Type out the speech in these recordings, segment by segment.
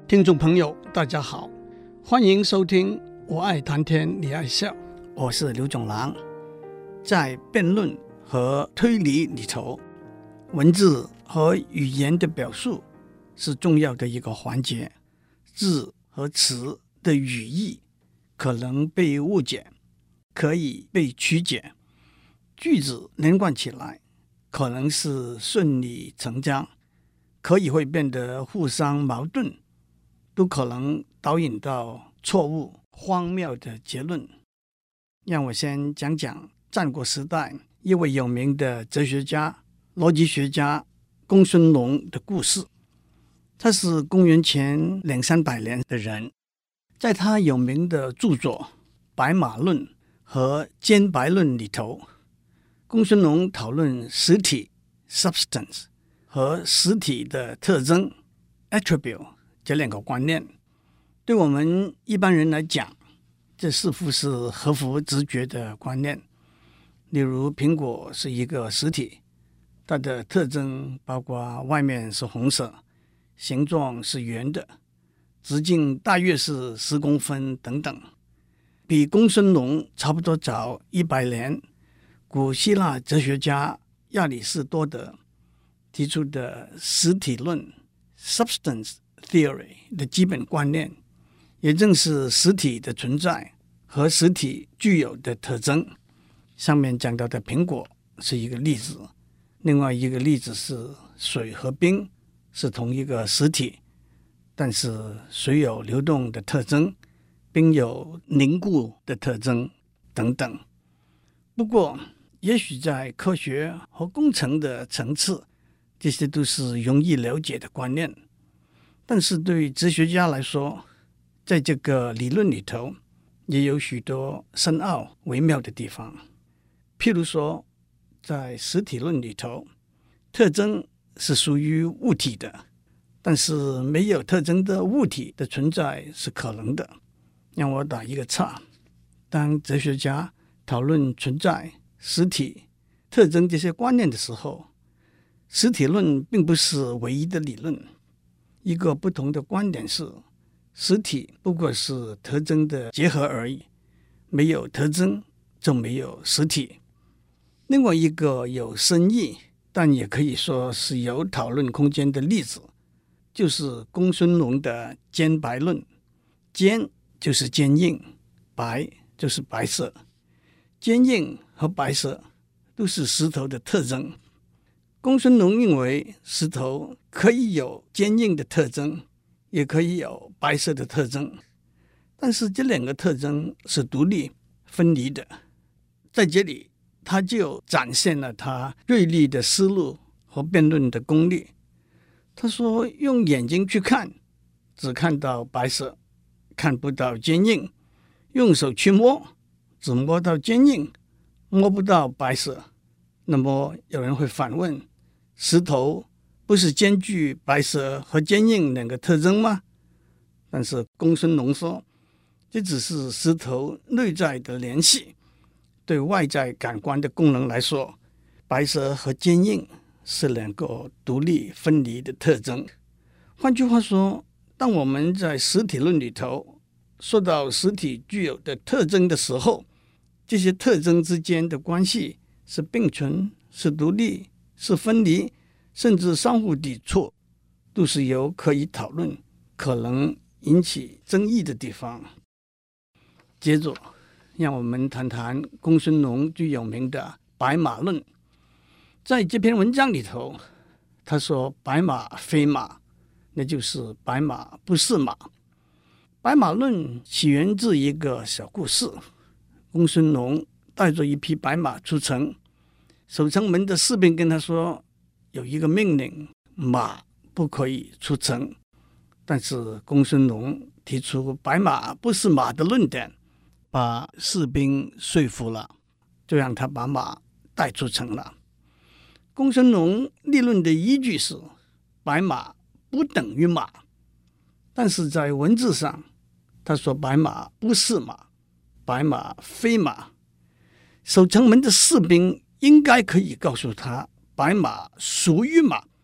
听众朋友大家好，欢迎收听我爱谈天你爱笑，我是刘总郎。在辩论和推理里头，文字和语言的表述是重要的一个环节，字和词的语义可能被误解，可以被曲解，句子连贯起来可能是顺理成章，可以会变得互相矛盾，都可能导引到错误荒谬的结论。让我先讲讲战国时代一位有名的哲学家、逻辑学家公孙龙的故事。他是公元前200-300年的人，在他有名的著作《白马论》和《兼白论》里头，公孙龙讨论实体 substance 和实体的特征 attribute 这两个观念。对我们一般人来讲，这似乎是合乎直觉的观念。例如苹果是一个实体，它的特征包括外面是红色，形状是圆的，直径大约是10公分等等。比公孙龙差不多早100年，古希腊哲学家亚里士多德提出的实体论 substance theory 的基本观念，也正是实体的存在和实体具有的特征。上面讲到的苹果是一个例子，另外一个例子是水和冰是同一个实体，但是水有流动的特征，冰有凝固的特征等等。不过也许在科学和工程的层次，这些都是容易了解的观念，但是对哲学家来说，在这个理论里头也有许多深奥微妙的地方。譬如说，在实体论里头，特征是属于物体的，但是没有特征的物体的存在是可能的。让我打一个岔，当哲学家讨论存在、实体、特征这些观念的时候，实体论并不是唯一的理论。一个不同的观点是，实体不过是特征的结合而已，没有特征就没有实体。另外一个有深意，但也可以说是有讨论空间的例子，就是公孙龙的兼白论。坚就是坚硬，白就是白色。坚硬和白色都是石头的特征。公孙龙认为石头可以有坚硬的特征，也可以有白色的特征，但是这两个特征是独立分离的。在这里他就展现了他锐利的思路和辩论的功力。他说，用眼睛去看，只看到白色，看不到坚硬；用手去摸，只摸到坚硬，摸不到白色。那么有人会反问，石头不是兼具白色和坚硬两个特征吗？但是公孙龙说，这只是石头内在的联系，对外在感官的功能来说，白色和坚硬是两个独立分离的特征。换句话说，当我们在实体论里头说到实体具有的特征的时候，这些特征之间的关系是并存、是独立、是分离，甚至相互抵触，都是有可以讨论、可能引起争议的地方。接着让我们谈谈公孙龙最有名的白马论。在这篇文章里头，他说白马非马，那就是白马不是马。白马论起源自一个小故事。公孙龙带着一匹白马出城，守城门的士兵跟他说，有一个命令，马不可以出城。但是公孙龙提出白马不是马的论点，把士兵说服了，就让他把马带出城了。公孙龙立论的依据是白马不等于马，但是在文字上他说白马不是马，白马非马。守城门的士兵应该可以告诉他白马属于马，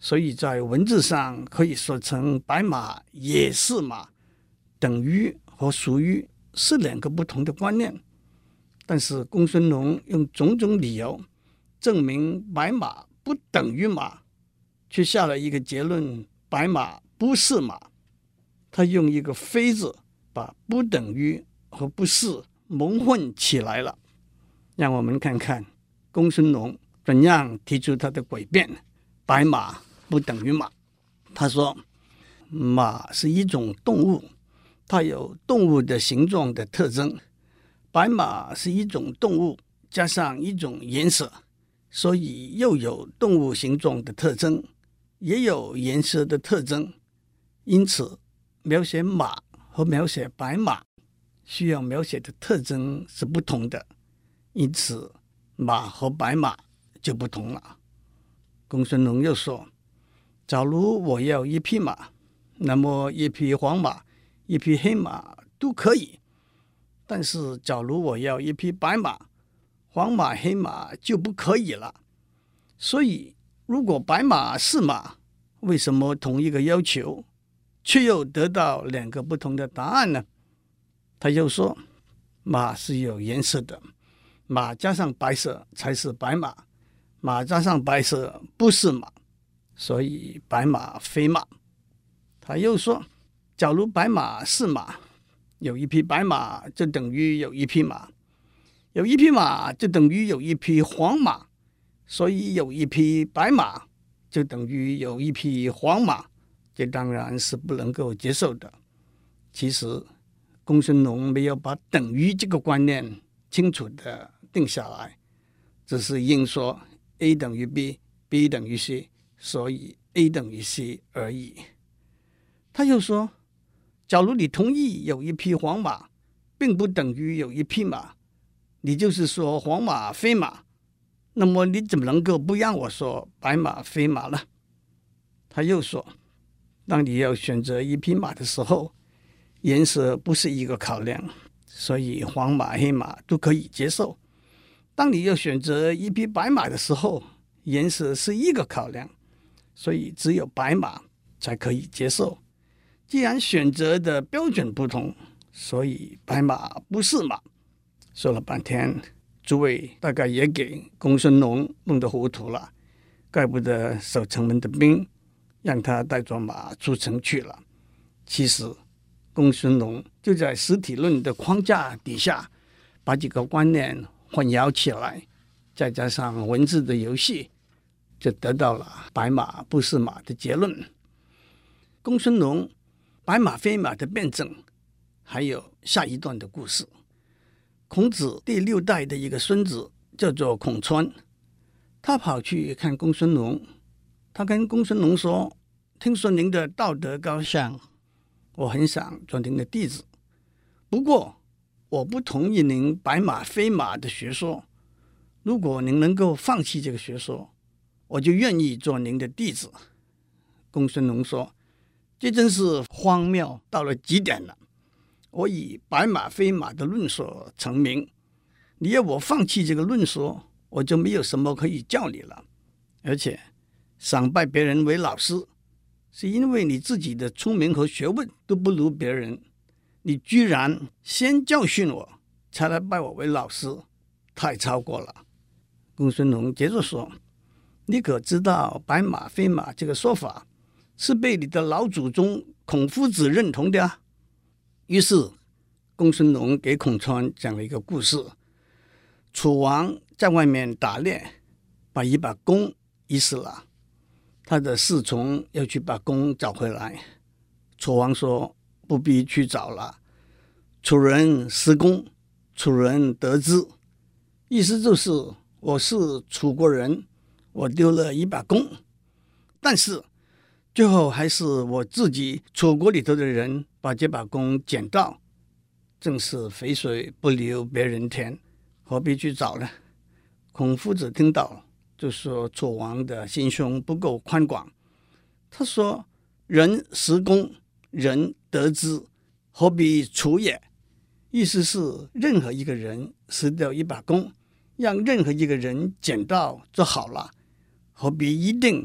所以在文字上可以说成白马也是马，等于和属于是两个不同的观念。但是公孙龙用种种理由证明白马不等于马，却下了一个结论：白马不是马。他用一个非字把不等于和不是蒙混起来了。让我们看看公孙龙怎样提出他的诡辩：白马不等于马。他说，马是一种动物，它有动物的形状的特征。白马是一种动物加上一种颜色，所以又有动物形状的特征，也有颜色的特征。因此描写马和描写白马需要描写的特征是不同的，因此马和白马就不同了。公孙龙又说，假如我要一匹马，那么一匹黄马一匹黑马都可以，但是假如我要一匹白马，黄马黑马就不可以了。所以如果白马是马，为什么同一个要求却又得到两个不同的答案呢？他又说，马是有颜色的，马加上白色才是白马，马加上白色不是马，所以白马非马。他又说，假如白马是马，有一匹白马就等于有一匹马，有一匹马就等于有一匹黄马，所以有一匹白马就等于有一匹黄马，这当然是不能够接受的。其实公孙龙没有把等于这个观念清楚的定下来，只是硬说 A 等于 B，B 等于 C， 所以 A 等于 C 而已。他又说，假如你同意有一匹黄马并不等于有一匹马，你就是说黄马非马，那么你怎么能够不让我说白马非马呢？他又说，当你要选择一匹马的时候，颜色不是一个考量，所以黄马黑马都可以接受。当你要选择一匹白马的时候，颜色是一个考量，所以只有白马才可以接受。既然选择的标准不同，所以白马不是马。说了半天，诸位大概也给公孙龙弄得糊涂了，怪不得守城门的兵让他带着马出城去了。其实公孙龙就在实体论的框架底下，把几个观念混淆起来，再加上文字的游戏，就得到了白马不是马的结论。公孙龙白马非马的辩证还有下一段的故事。孔子第6代的一个孙子叫做孔川，他跑去看公孙龙，他跟公孙龙说，听说您的道德高尚，我很想做您的弟子，不过我不同意您白马非马的学说，如果您能够放弃这个学说，我就愿意做您的弟子。公孙龙说，这真是荒谬到了极点了，我以白马非马的论说成名，你要我放弃这个论说，我就没有什么可以教你了。而且赏拜别人为老师，是因为你自己的聪明和学问都不如别人，你居然先教训我才来拜我为老师，太超过了。公孙龙接着说，你可知道白马非马这个说法是被你的老祖宗孔夫子认同的啊。于是公孙龙给孔川讲了一个故事，楚王在外面打猎，把一把弓遗失了，他的侍从要去把弓找回来，楚王说不必去找了，楚人失弓，楚人得之，意思就是我是楚国人，我丢了一把弓，但是最后还是我自己楚国里头的人把这把弓捡到，正是肥水不流别人田，何必去找呢？孔夫子听到就说楚王的心胸不够宽广，他说人失弓，人得之，何必楚也？意思是任何一个人失掉一把弓，让任何一个人捡到就好了，何必一定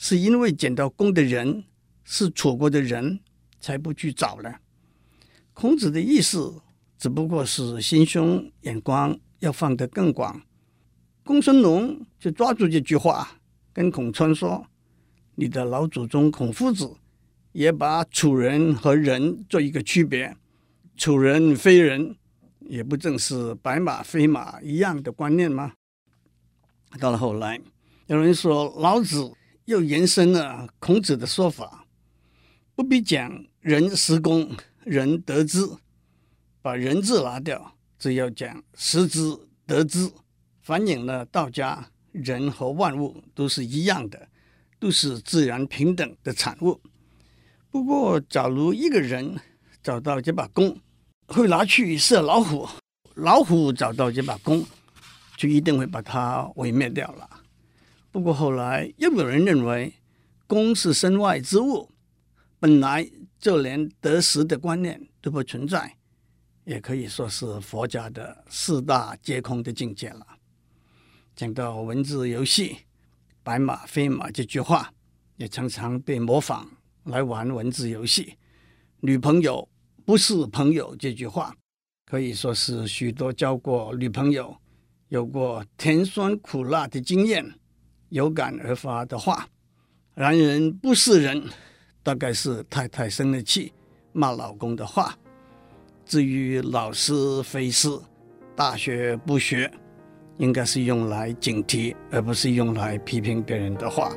是因为捡到弓的人是楚国的人才不去找呢？孔子的意思只不过是心胸眼光要放得更广。公孙龙就抓住这句话跟孔川说，你的老祖宗孔夫子也把楚人和人做一个区别，楚人非人，也不正是白马非马一样的观念吗？到了后来，有人说老子又延伸了孔子的说法，不必讲人实公人得之，把人字拿掉，只要讲实之得之，反映了道家人和万物都是一样的，都是自然平等的产物。不过假如一个人找到这把弓，会拿去射老虎，老虎找到这把弓，就一定会把它毁灭掉了。不过后来又有人认为弓是身外之物，本来就连得失的观念都不存在，也可以说是佛家的四大皆空的境界了。讲到文字游戏，白马非马这句话也常常被模仿来玩文字游戏。女朋友不是朋友这句话，可以说是许多交过女朋友有过甜酸苦辣的经验有感而发的话。男人不是人，大概是太太生了气骂老公的话。至于老师非师，大学不学，应该是用来警惕，而不是用来批评别人的话。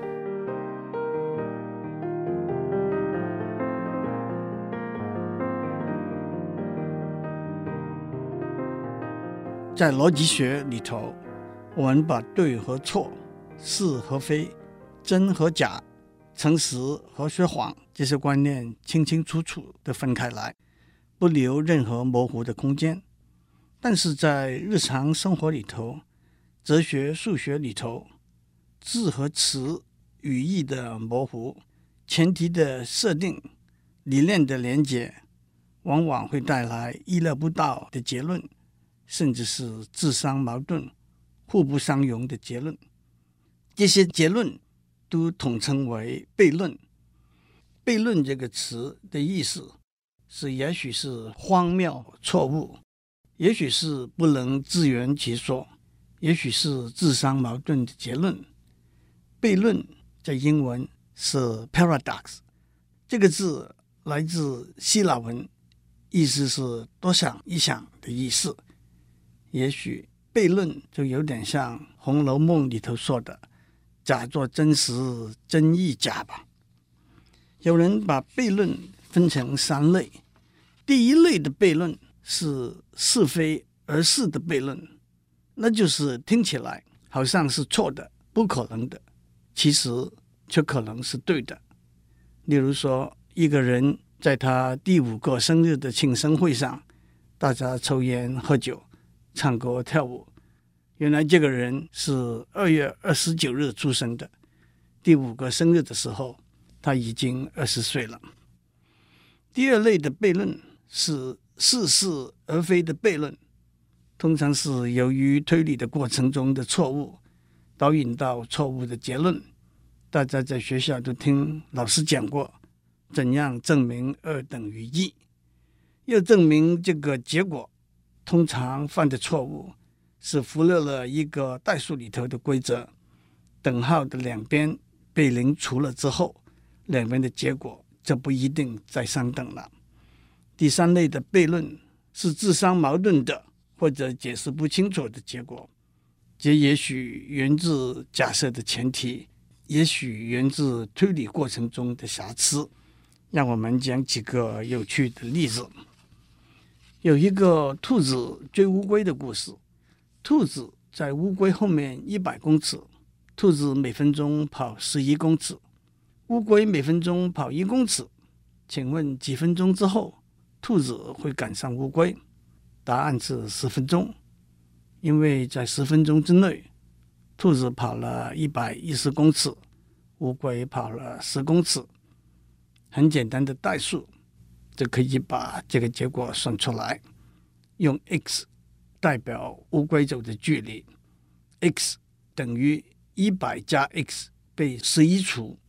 在逻辑学里头，我们把对和错、是和非、真和假、诚实和说谎这些观念清清楚楚地分开来，不留任何模糊的空间。但是在日常生活里头，哲学、数学里头，字和词、语义的模糊、前提的设定、理念的连结，往往会带来意料不到的结论，甚至是自相矛盾、互不相容的结论。这些结论都统称为悖论。悖论这个词的意思是，也许是荒谬错误，也许是不能自圆其说，也许是自相矛盾的结论。悖论在英文是 paradox， 这个字来自希腊文，意思是多想一想的意思。也许悖论就有点像《红楼梦》里头说的假作真实，真亦假吧。有人把悖论分成三类。第一类的悖论是是非而是的悖论，那就是听起来好像是错的、不可能的，其实却可能是对的。例如说，一个人在他第5个生日的庆生会上，大家抽烟喝酒唱歌跳舞，原来这个人是2月29日出生的，第5个生日的时候他已经20岁了。第二类的悖论是似是而非的悖论，通常是由于推理的过程中的错误导引到错误的结论。大家在学校都听老师讲过怎样证明2等于1，要证明这个结果，通常犯的错误是忽略了一个代数里头的规则，等号的两边被零除了之后，两边的结果就不一定再相等了。第三类的悖论是自相矛盾的或者解释不清楚的结果，这也许源自假设的前提，也许源自推理过程中的瑕疵。让我们讲几个有趣的例子。有一个兔子追乌龟的故事。兔子在乌龟后面100公尺，兔子每分钟跑11公尺，乌龟每分钟跑1公尺。请问几分钟之后兔子会赶上乌龟？答案是10分钟，因为在10分钟之内，兔子跑了110公尺，乌龟跑了10公尺。很简单的代数就可以把这个结果算出来，用 x 代表乌龟走的距离， x 等于100加 x 被11除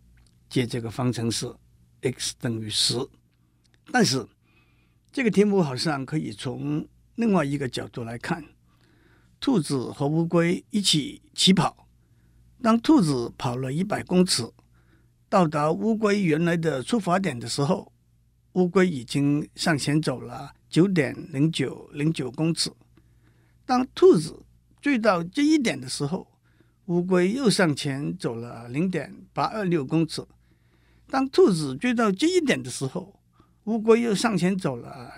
借这个方程式 x 等于10。但是这个题目好像可以从另外一个角度来看，兔子和乌龟一起起跑，当兔子跑了100公尺，到达乌龟原来的出发点的时候，乌龟已经向前走了 9.0909 公尺。当兔子追到这一点的时候，乌龟又向前走了 0.826 公尺。当兔子追到这一点的时候，乌龟又向前走了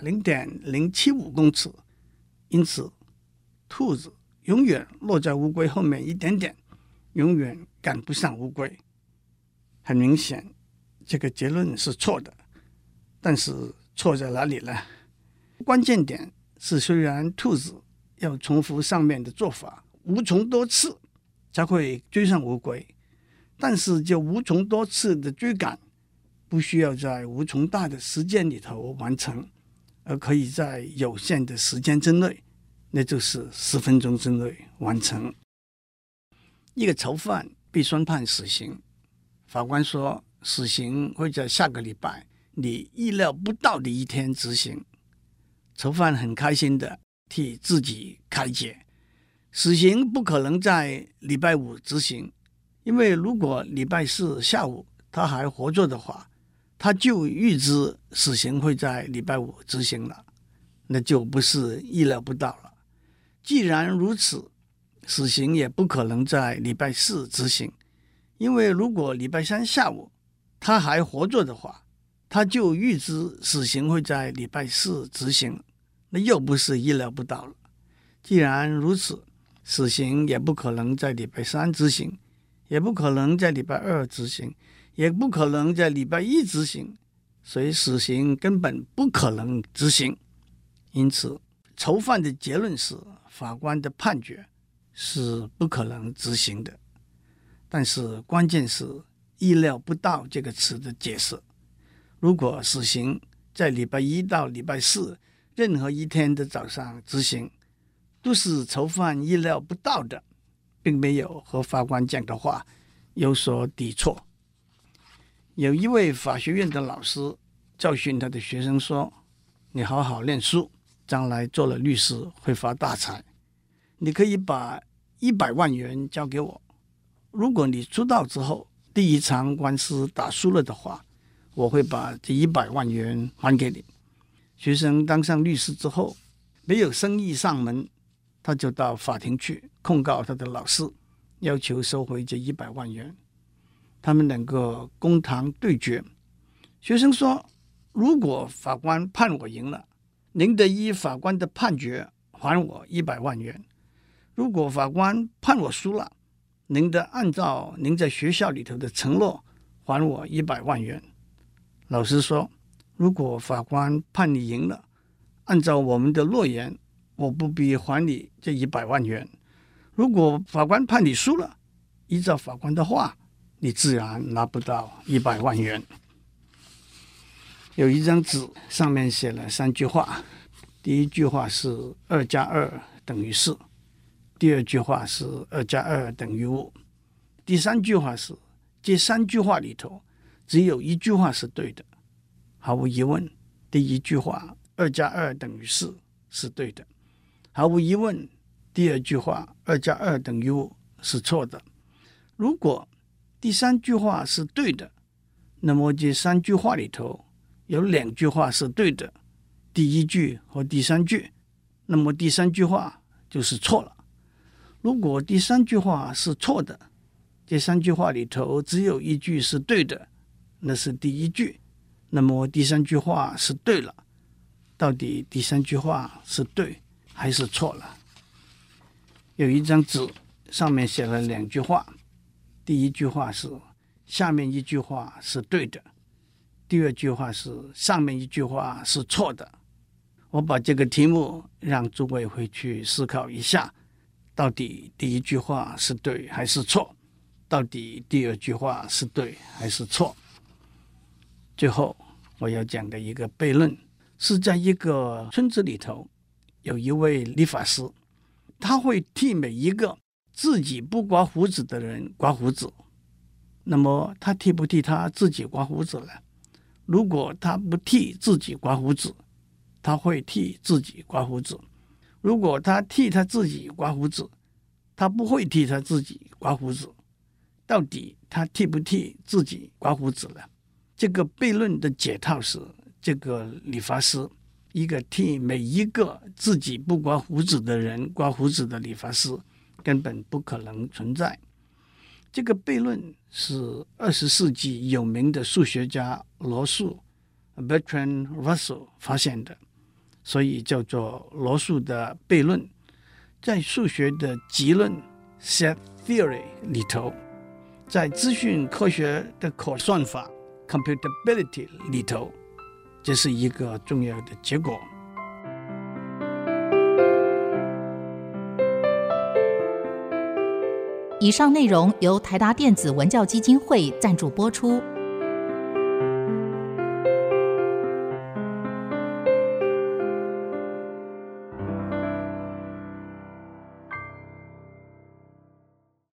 0.075 公尺。因此兔子永远落在乌龟后面一点点，永远赶不上乌龟。很明显这个结论是错的，但是错在哪里呢？关键点是，虽然兔子要重复上面的做法无穷多次才会追上乌龟，但是这无穷多次的追赶不需要在无穷大的时间里头完成，而可以在有限的时间之内，那就是10分钟之内完成。一个囚犯被宣判死刑，法官说死刑会在下个礼拜你意料不到的一天执行。囚犯很开心的替自己开解，死刑不可能在礼拜5执行，因为如果礼拜4下午他还活着的话，他就预知死刑会在礼拜5执行了，那就不是意料不到了。既然如此，死刑也不可能在礼拜4执行，因为如果礼拜3下午他还活着的话，他就预知死刑会在礼拜4执行，那又不是意料不到了。既然如此，死刑也不可能在礼拜3执行，也不可能在礼拜2执行，也不可能在礼拜1执行，所以死刑根本不可能执行。因此囚犯的结论是法官的判决是不可能执行的。但是关键是意料不到这个词的解释。如果死刑在礼拜1到礼拜4任何一天的早上执行，都是囚犯意料不到的，并没有和法官讲的话有所抵触。有一位法学院的老师教训他的学生说，你好好念书，将来做了律师会发大财。你可以把100万元交给我，如果你出道之后第一场官司打输了的话，我会把这100万元还给你。学生当上律师之后，没有生意上门，他就到法庭去控告他的老师，要求收回这100万元。他们两个公堂对决，学生说，如果法官判我赢了，您得依法官的判决还我100万元；如果法官判我输了，您得按照您在学校里头的承诺还我100万元。老师说，如果法官判你赢了，按照我们的诺言，我不必还你这100万元；如果法官判你输了，依照法官的话，你自然拿不到100万元。有一张纸，上面写了3句话。第一句话是2加2等于4，第二句话是2加2等于5，第三句话是这3句话里头只有一句话是对的。毫无疑问，第一句话2加2等于4是对的。毫无疑问，第二句话2加2等于5是错的。如果第3句话是对的，那么这3句话里头有2句话是对的，第一句和第3句，那么第3句话就是错了。如果第3句话是错的，这3句话里头只有一句是对的，那是第一句，那么第3句话是对了。到底第3句话是对还是错了？有一张纸，上面写了2句话。第一句话是下面一句话是对的，第二句话是上面一句话是错的。我把这个题目让诸位回去思考一下，到底第一句话是对还是错？到底第二句话是对还是错？最后我要讲的一个悖论，是在一个村子里头，有一位理发师，他会替每一个自己不刮胡子的人刮胡子。 那么他替不替他自己刮胡子呢？如果他不替自己刮胡子，他会替自己刮胡子；如果他替他自己刮胡子，他不会替他自己刮胡子。到底他替不替自己刮胡子呢？这个悖论的解套是，这个理发师，一个替每一个自己不刮胡子的人刮胡子的理发师，根本不可能存在。这个悖论是20世纪有名的数学家罗素 Bertrand Russell 发现的，所以叫做罗素的悖论。在数学的集论 Set Theory 里头，在资讯科学的可算法 Computability 里头，这是一个重要的结果。 以上内容由台达电子文教基金会赞助播出。